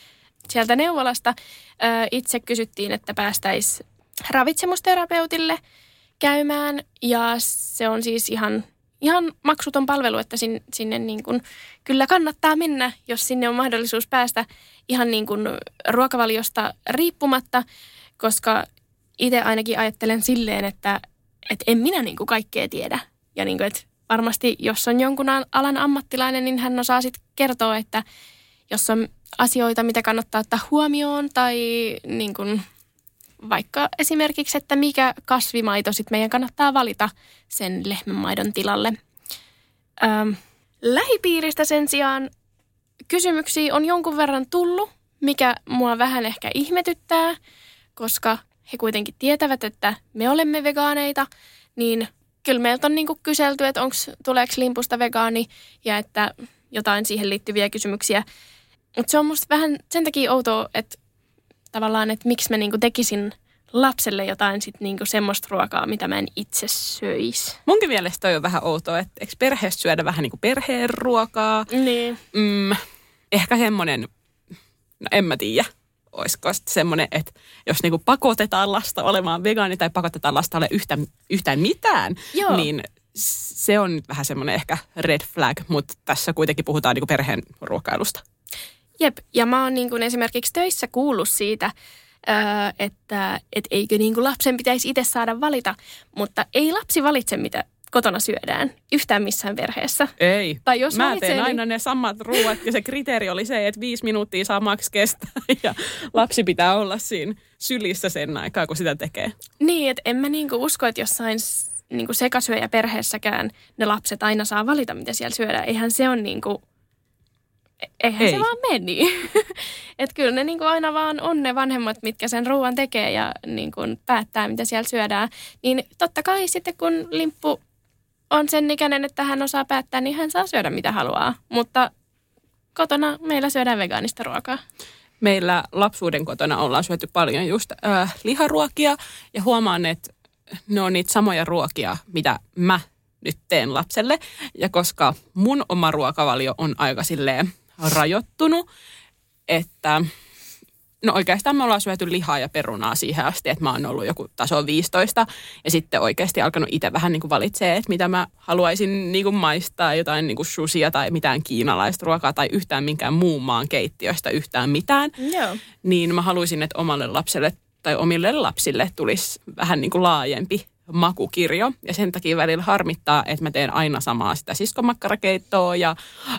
sieltä neuvolasta itse kysyttiin, että päästäisiin ravitsemusterapeutille käymään. Ja se on siis ihan maksuton palvelu, että sinne niin kuin kyllä kannattaa mennä, jos sinne on mahdollisuus päästä ihan niin kuin ruokavaliosta riippumatta, koska itse ainakin ajattelen silleen, että en minä niin kuin kaikkea tiedä. Ja niin kuin, että varmasti jos on jonkun alan ammattilainen, niin hän osaa sitten kertoa, että jos on asioita, mitä kannattaa ottaa huomioon tai niin kuin vaikka esimerkiksi, että mikä kasvimaito sitten meidän kannattaa valita sen lehmänmaidon tilalle. Lähipiiristä sen sijaan kysymyksiä on jonkun verran tullut, mikä mua vähän ehkä ihmetyttää, koska he kuitenkin tietävät, että me olemme vegaaneita, niin kyllä meiltä on niinku kyselty, että tuleeko limpusta vegaani ja että jotain siihen liittyviä kysymyksiä. Mutta se on musta vähän sen takia outoa, että tavallaan, että miksi mä niinku tekisin lapselle jotain sit niinku semmoista ruokaa, mitä mä en itse söisi. Munkin mielestä toi on vähän outoa, että eikö perheessä syödä vähän niinku perheen ruokaa? Niin. Ehkä semmoinen, no en mä tiedä, olisiko semmoinen, että jos niinku pakotetaan lasta olemaan vegaani tai pakotetaan lasta olemaan yhtään mitään, Joo. niin se on nyt vähän semmoinen ehkä red flag, mutta tässä kuitenkin puhutaan niinku perheen ruokailusta. Jep, ja mä oon niin kuin esimerkiksi töissä kuullut siitä, että eikö niin kuin lapsen pitäisi itse saada valita, mutta ei lapsi valitse, mitä kotona syödään yhtään missään perheessä. Ei. Tai jos mä valitsee, teen niin aina ne samat ruuat ja se kriteeri oli se, että 5 minuuttia saa maks kestää ja lapsi pitää olla siinä sylissä sen aikaa, kun sitä tekee. Niin, että en mä niin kuin usko, että jossain niin kuin sekasyöjäperheessäkään ne lapset aina saa valita, mitä siellä syödään. Eihän se on niin kuin eihän se vaan meni. Että kyllä ne niin kuin aina vaan on ne vanhemmat, mitkä sen ruoan tekee ja niin kuin päättää, mitä siellä syödään. Niin totta kai sitten, kun limppu on sen ikäinen, että hän osaa päättää, niin hän saa syödä mitä haluaa. Mutta kotona meillä syödään vegaanista ruokaa. Meillä lapsuuden kotona ollaan syöty paljon just liharuokia ja huomaan, että ne on niitä samoja ruokia, mitä mä nyt teen lapselle. Ja koska mun oma ruokavalio on aika silleen rajoittunut, että no oikeastaan me ollaan syöty lihaa ja perunaa siihen asti, että mä oon ollut joku taso 15 ja sitten oikeasti alkanut itse vähän niin kuin valitsemaan, että mitä mä haluaisin niin kuin maistaa, jotain niin kuin sushia tai mitään kiinalaista ruokaa tai yhtään minkään muun maan keittiöstä yhtään mitään. Joo. Niin mä haluaisin, että omalle lapselle tai omille lapsille tulisi vähän niin kuin laajempi makukirjo. Ja sen takia välillä harmittaa, että mä teen aina samaa sitä siskomakkarakeittoa ja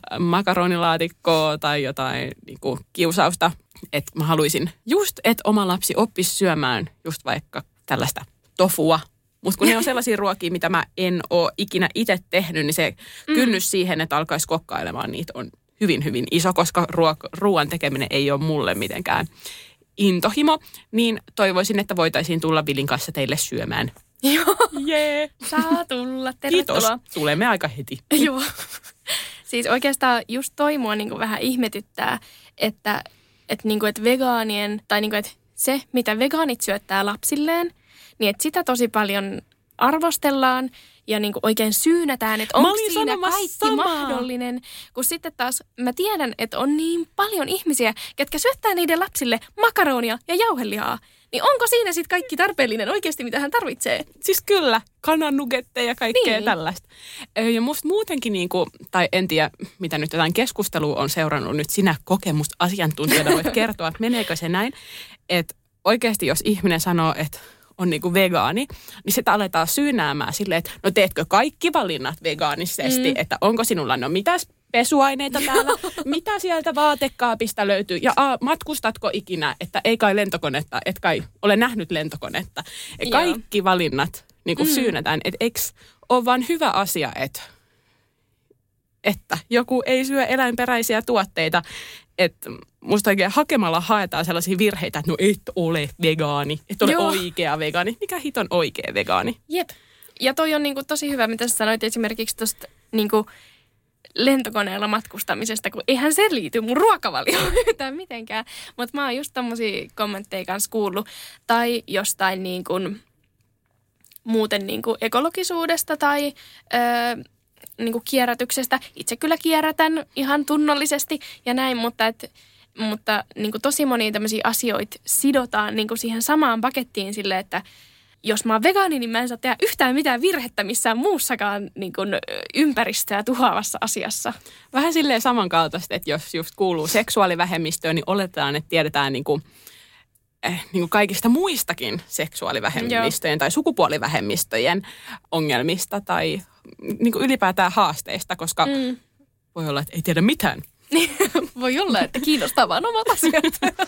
makaronilaatikkoa tai jotain niin kuin kiusausta. Että mä haluaisin just, että oma lapsi oppisi syömään just vaikka tällaista tofua. Mutta kun ne on sellaisia ruokia, mitä mä en ole ikinä itse tehnyt, niin se kynnys siihen, että alkaisi kokkailemaan niitä on hyvin, hyvin iso, koska ruoan tekeminen ei ole mulle mitenkään intohimo. Niin toivoisin, että voitaisiin tulla Vilin kanssa teille syömään. Joo. Jee. Saa tulla. Tervetuloa. Kiitos. Tulemme aika heti. Joo. Siis oikeastaan just toi mua niin kuin vähän ihmetyttää, että vegaanien, tai niin kuin, että se, mitä vegaanit syöttää lapsilleen, niin että sitä tosi paljon arvostellaan ja niin kuin oikein syynätään, että onko siinä kaikki mahdollinen. Kun sitten taas mä tiedän, että on niin paljon ihmisiä, ketkä syöttää niiden lapsille makaronia ja jauhelihaa. Niin onko siinä sitten kaikki tarpeellinen oikeasti, mitä hän tarvitsee? Siis kyllä, kanannugetteja ja kaikkea tällaista. Ja musta muutenkin, tai en tiedä, mitä nyt jotain keskustelua on seurannut nyt sinä kokemusasiantuntijana voit kertoa, että meneekö se näin, että oikeasti jos ihminen sanoo, että on niinku vegaani, niin sitä aletaan syynäämään silleen, että no teetkö kaikki valinnat vegaanisesti, että onko sinulla, no mitäs pesuaineita täällä, mitä sieltä vaatekaapista löytyy ja matkustatko ikinä, että ei kai lentokonetta, et kai ole nähnyt lentokonetta. Ja kaikki valinnat niinku syynätään, että eikö ole vaan hyvä asia, että joku ei syö eläinperäisiä tuotteita, että musta oikein hakemalla haetaan sellaisia virheitä, että no et ole vegaani, et ole oikea vegaani. Mikä hiton oikea vegaani? Jep. Ja toi on niinku tosi hyvä, mitä sä sanoit esimerkiksi tuosta niinku lentokoneella matkustamisesta, kun eihän se liity mun ruokavalioon yhtään mitenkään. Mutta mä oon just tommosia kommentteja kanssa kuullut. Tai jostain niinku, muuten niinku ekologisuudesta tai niinku kierrätyksestä. Itse kyllä kierrätän ihan tunnollisesti ja näin, mutta mutta niin kuin tosi monia tämmöisiä asioita sidotaan niin kuin siihen samaan pakettiin silleen, että jos mä oon vegaani, niin mä en saa tehdä yhtään mitään virhettä missään muussakaan niin kuin ympäristöä tuhoavassa asiassa. Vähän silleen samankaltaisesti, että jos just kuuluu seksuaalivähemmistöön, niin oletetaan, että tiedetään niin kuin kaikista muistakin seksuaalivähemmistöjen tai sukupuolivähemmistöjen ongelmista tai niin kuin ylipäätään haasteista, koska voi olla, että ei tiedä mitään. Voi olla, että kiinnostaa vaan omat asiat.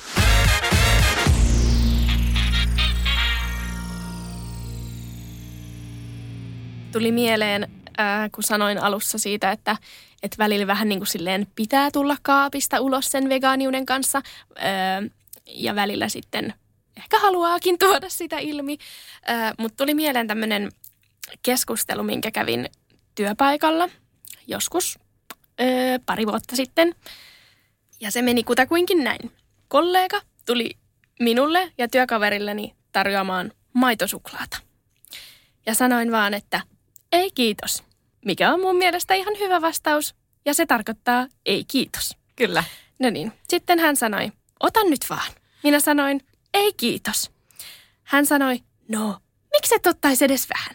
Tuli mieleen, kun sanoin alussa siitä, että välillä vähän niin kuin silleen pitää tulla kaapista ulos sen vegaaniuden kanssa ja välillä sitten ehkä haluaakin tuoda sitä ilmi. Mutta tuli mieleen tämmöinen keskustelu, minkä kävin työpaikalla joskus pari vuotta sitten. Ja se meni kutakuinkin näin. Kollega tuli minulle ja työkaverilleni tarjoamaan maitosuklaata. Ja sanoin vaan, että ei kiitos, mikä on mun mielestä ihan hyvä vastaus. Ja se tarkoittaa ei kiitos. Kyllä. No niin, sitten hän sanoi, ota nyt vaan. Minä sanoin, ei kiitos. Hän sanoi, no, miksi et ottaisi edes vähän?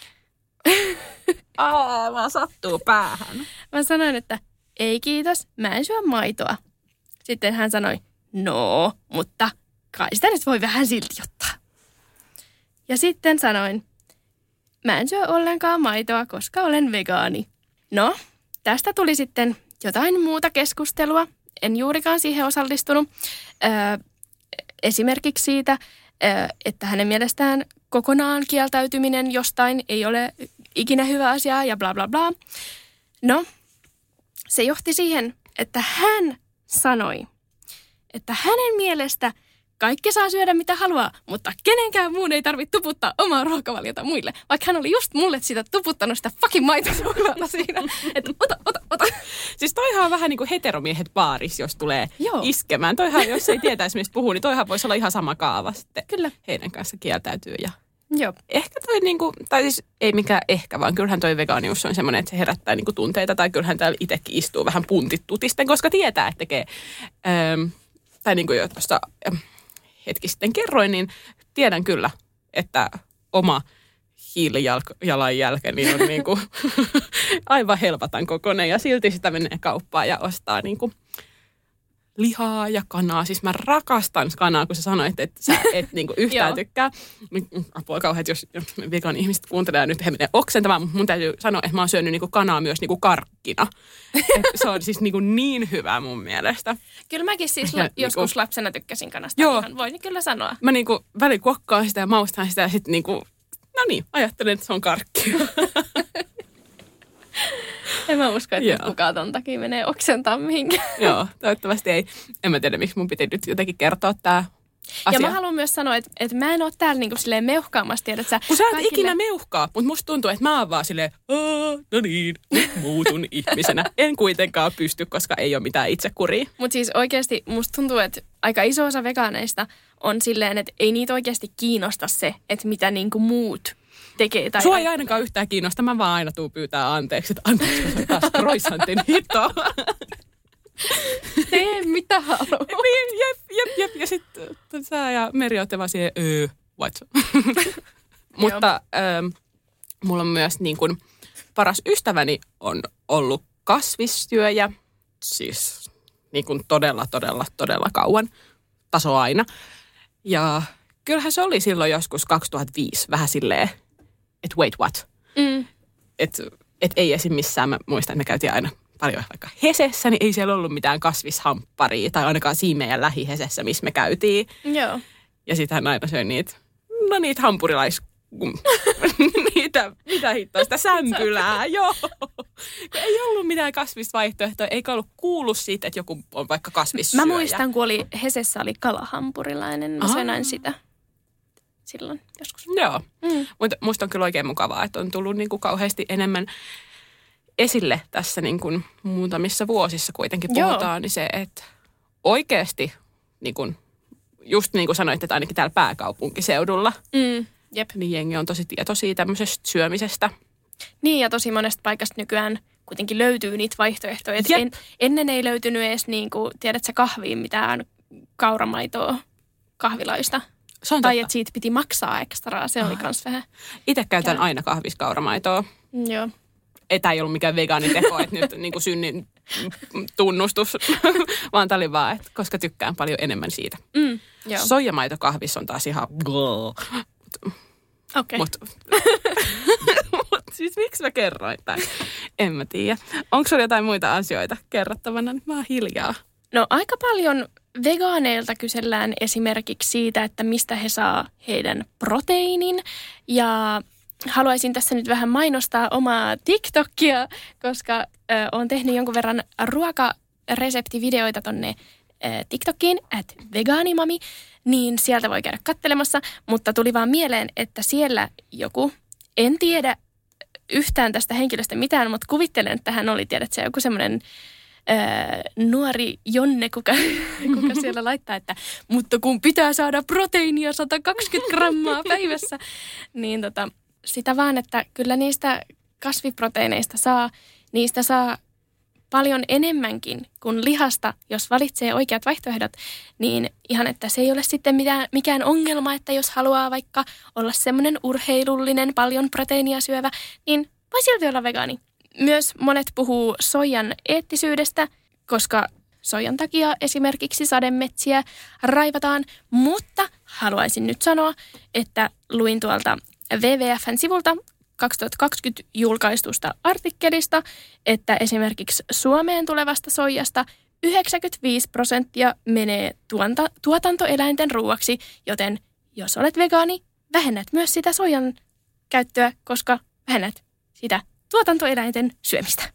Vaan sattuu päähän. Mä sanoin, että ei kiitos, mä en syö maitoa. Sitten hän sanoi, no, mutta kai sitä nyt voi vähän silti ottaa. Ja sitten sanoin, mä en syö ollenkaan maitoa, koska olen vegaani. No, tästä tuli sitten jotain muuta keskustelua. En juurikaan siihen osallistunut. Esimerkiksi siitä, että hänen mielestään kokonaan kieltäytyminen jostain ei ole ikinä hyvä asia ja bla bla bla. No, se johti siihen, että hän sanoi, että hänen mielestä kaikki saa syödä mitä haluaa, mutta kenenkään muun ei tarvitse tuputtaa omaa ruokavaliota muille. Vaikka hän oli just mulle sitä tuputtanut sitä fucking maitosuklaata siinä. Että ota. Siis toihan on vähän niin kuin heteromiehet baaris, jos tulee iskemään. Toihan, jos ei tietäisi mistä puhuu, niin toihan voisi olla ihan sama kaava sitten. Kyllä. Heidän kanssa kieltäytyy. Ja joo. Ehkä toi niinku, tai siis ei mikään ehkä, vaan kyllähän toi vegaanius on semmoinen, että se herättää niinku tunteita. Tai kyllähän täällä itsekin istuu vähän puntittutisten, koska tietää, että tekee, tai niin kuin jo tuossa hetki sitten kerroin, niin tiedän kyllä, että oma hiilijalanjälkeni on niinku aivan helpatan kokoinen. Ja silti sitä menee kauppaan ja ostaa niinku lihaa ja kanaa. Siis mä rakastan kanaa, kun sä sanoit, että sä et niinku yhtään tykkää. Apua kauheat, jos vegan ihmiset kuuntelee nyt, he menee oksentamaan, mutta mun täytyy sanoa, että mä oon syönyt niinku kanaa myös niinku karkkina. Se on siis niinku niin hyvä mun mielestä. Kyllä mäkin siis joskus lapsena tykkäsin kanasta. Joo. Ihan voin kyllä sanoa. Mä niinku välillä kokkaan sitä ja maustan sitä ja sitten niinku, no niin, ajattelen, että se on karkkia. En mä usko, että kukaan ton takia menee oksentaa mihinkään. Joo, toivottavasti ei. En mä tiedä, miksi mun piti nyt jotenkin kertoa tää asia. Ja mä haluan myös sanoa, että mä en ole täällä niinku silleen meuhkaamassa, tiedät sä. Kun sä et ikinä meuhkaa, mutta musta tuntuu, että mä oon vaan silleen, no niin, nyt muutun ihmisenä. En kuitenkaan pysty, koska ei ole mitään itsekuria. Mutta siis oikeasti musta tuntuu, että aika iso osa vegaaneista on silleen, että ei niitä oikeasti kiinnosta se, että mitä niinku muut tekee. Tai sua ei ainakaan yhtään kiinnosta, mä vaan aina tuun pyytää anteeksi, että anteeksi, kun sä taas kroissantin hitoa. Tee mitä haluaa. Niin, jep. Ja sitten sä ja Meri ootte vaan siihen, what? Mutta mulla on myös niin kuin, paras ystäväni on ollut kasvissyöjä, siis niin kuin todella kauan, taso aina. Ja kyllähän se oli silloin joskus 2005 vähän silleen, että wait what? Että ei esim. Missään, mä muistan, että me käytiin aina paljon vaikka Hesessä, niin ei siellä ollut mitään kasvishampparia, tai ainakaan siinä meidän lähi-Hesessä, missä me käytiin. Joo. Ja sitten hän aina söi niitä mitä hittoa, sitä sämpylää, joo. Ei ollut mitään kasvisvaihtoehtoa, eikä ollut kuullut siitä, että joku on vaikka kasvissyöjä. Mä muistan, kun Hesessä oli kalahampurilainen, mä söin aina sitä silloin joskus. Joo, mutta musta on kyllä oikein mukavaa, että on tullut niinku kauheasti enemmän esille tässä niinku muutamissa vuosissa kuitenkin puhutaan, niin se, että oikeasti, niinku, just niin kuin sanoit, että ainakin täällä pääkaupunkiseudulla, jep. niin jengi on tosi tietoisia tämmöisestä syömisestä. Niin, ja tosi monesta paikasta nykyään kuitenkin löytyy niitä vaihtoehtoja. Ennen ei löytynyt edes, niin kuin, tiedätkö, kahviin mitään kauramaitoa kahviloista. Tai että siitä piti maksaa ekstraa, se oli kans vähän. Itse käytän aina kahvissa kauramaitoa. Joo. Tämä ei ollut mikään vegaaniteko, että nyt niin kuin synnin tunnustus, vaan tämä oli vaan, että koska tykkään paljon enemmän siitä. Soijamaito kahvissa on taas ihan... Okei. Mut siis miksi mä kerroin tämän? En mä tiedä. Onko sulla jotain muita asioita kerrottavana? Mä oon hiljaa. No aika paljon vegaaneilta kysellään esimerkiksi siitä, että mistä he saa heidän proteiinin. Ja haluaisin tässä nyt vähän mainostaa omaa TikTokia, koska olen tehnyt jonkun verran ruokareseptivideoita tonne TikTokiin, @vegaanimami, niin sieltä voi käydä katselemassa. Mutta tuli vaan mieleen, että siellä joku, en tiedä yhtään tästä henkilöstä mitään, mutta kuvittelen, että hän oli, tiedätkö, joku semmoinen nuori Jonne, kuka siellä laittaa, että mutta kun pitää saada proteiinia 120 grammaa päivässä, niin sitä vaan, että kyllä niistä kasviproteiineista niistä saa paljon enemmänkin kuin lihasta, jos valitsee oikeat vaihtoehdot, niin ihan, että se ei ole sitten mikään ongelma, että jos haluaa vaikka olla semmoinen urheilullinen, paljon proteiinia syövä, niin voi silti olla vegaani. Myös monet puhuu soijan eettisyydestä, koska soijan takia esimerkiksi sademetsiä raivataan, mutta haluaisin nyt sanoa, että luin tuolta WWF:n sivulta 2020 julkaistusta artikkelista, että esimerkiksi Suomeen tulevasta soijasta 95% menee tuotantoeläinten ruuaksi, joten jos olet vegaani, vähennät myös sitä soijan käyttöä, koska vähennät sitä tuotantoeläinten syömistä.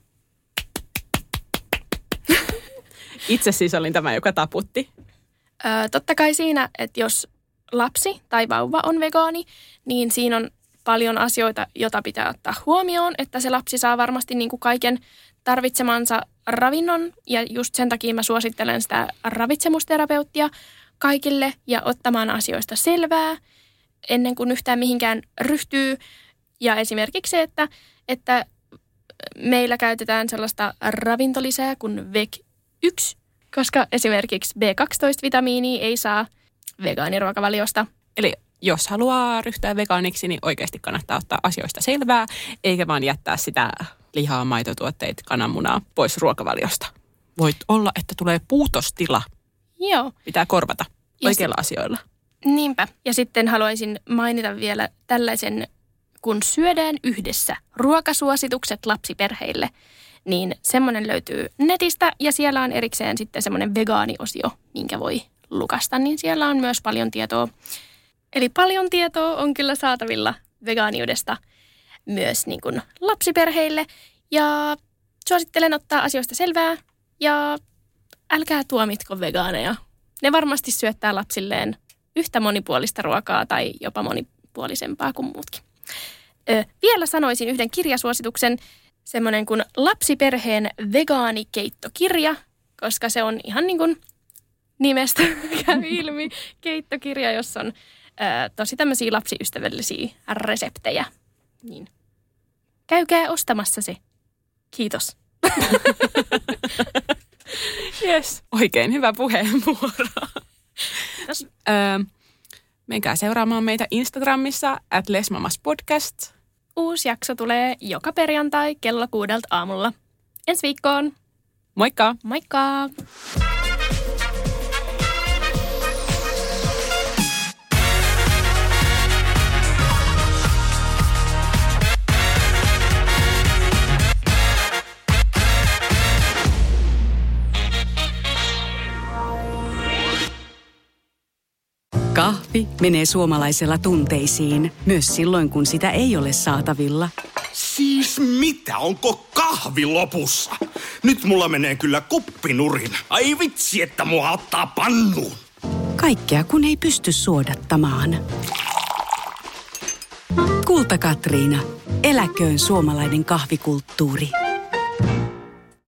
Itse siis olin tämä, joka taputti. Totta kai siinä, että jos lapsi tai vauva on vegaani, niin siinä on paljon asioita, joita pitää ottaa huomioon, että se lapsi saa varmasti niin kuin kaiken tarvitsemansa ravinnon. Ja just sen takia mä suosittelen sitä ravitsemusterapeuttia kaikille ja ottamaan asioista selvää ennen kuin yhtään mihinkään ryhtyy. Ja esimerkiksi se, että meillä käytetään sellaista ravintolisää kuin VEG1, koska esimerkiksi B12-vitamiinia ei saa vegaaniruokavaliosta. Eli jos haluaa ryhtyä vegaaniksi, niin oikeasti kannattaa ottaa asioista selvää, eikä vaan jättää sitä lihaa, maitotuotteita, kananmunaa pois ruokavaliosta. Voit olla, että tulee puutostila. Joo. Pitää korvata oikeilla asioilla. Niinpä. Ja sitten haluaisin mainita vielä tällaisen, kun syödään yhdessä ruokasuositukset lapsiperheille, niin semmoinen löytyy netistä ja siellä on erikseen sitten semmoinen vegaaniosio, minkä voi lukasta, niin siellä on myös paljon tietoa. Eli paljon tietoa on kyllä saatavilla vegaaniudesta myös niin kuin lapsiperheille ja suosittelen ottaa asioista selvää ja älkää tuomitko vegaaneja. Ne varmasti syöttää lapsilleen yhtä monipuolista ruokaa tai jopa monipuolisempaa kuin muutkin. Vielä sanoisin yhden kirjasuosituksen, semmoinen kuin Lapsiperheen vegaanikeittokirja, koska se on ihan niin kuin nimestä käy ilmi keittokirja, jossa on tosi tämmöisiä lapsiystävällisiä reseptejä. Niin. Käykää ostamassa se. Kiitos. Yes, oikein hyvä puheenvuoro. Menkää seuraamaan meitä Instagramissa @lesmamaspodcast. Uusi jakso tulee joka perjantai kello 6 aamulla. Ensi viikkoon. Moikka! Moikka! Kahvi menee suomalaisella tunteisiin, myös silloin kun sitä ei ole saatavilla. Siis mitä? Onko kahvi lopussa? Nyt mulla menee kyllä kuppinurin. Ai vitsi, että mua ottaa pannuun. Kaikkea kun ei pysty suodattamaan. Kulta Katriina. Eläköön suomalainen kahvikulttuuri.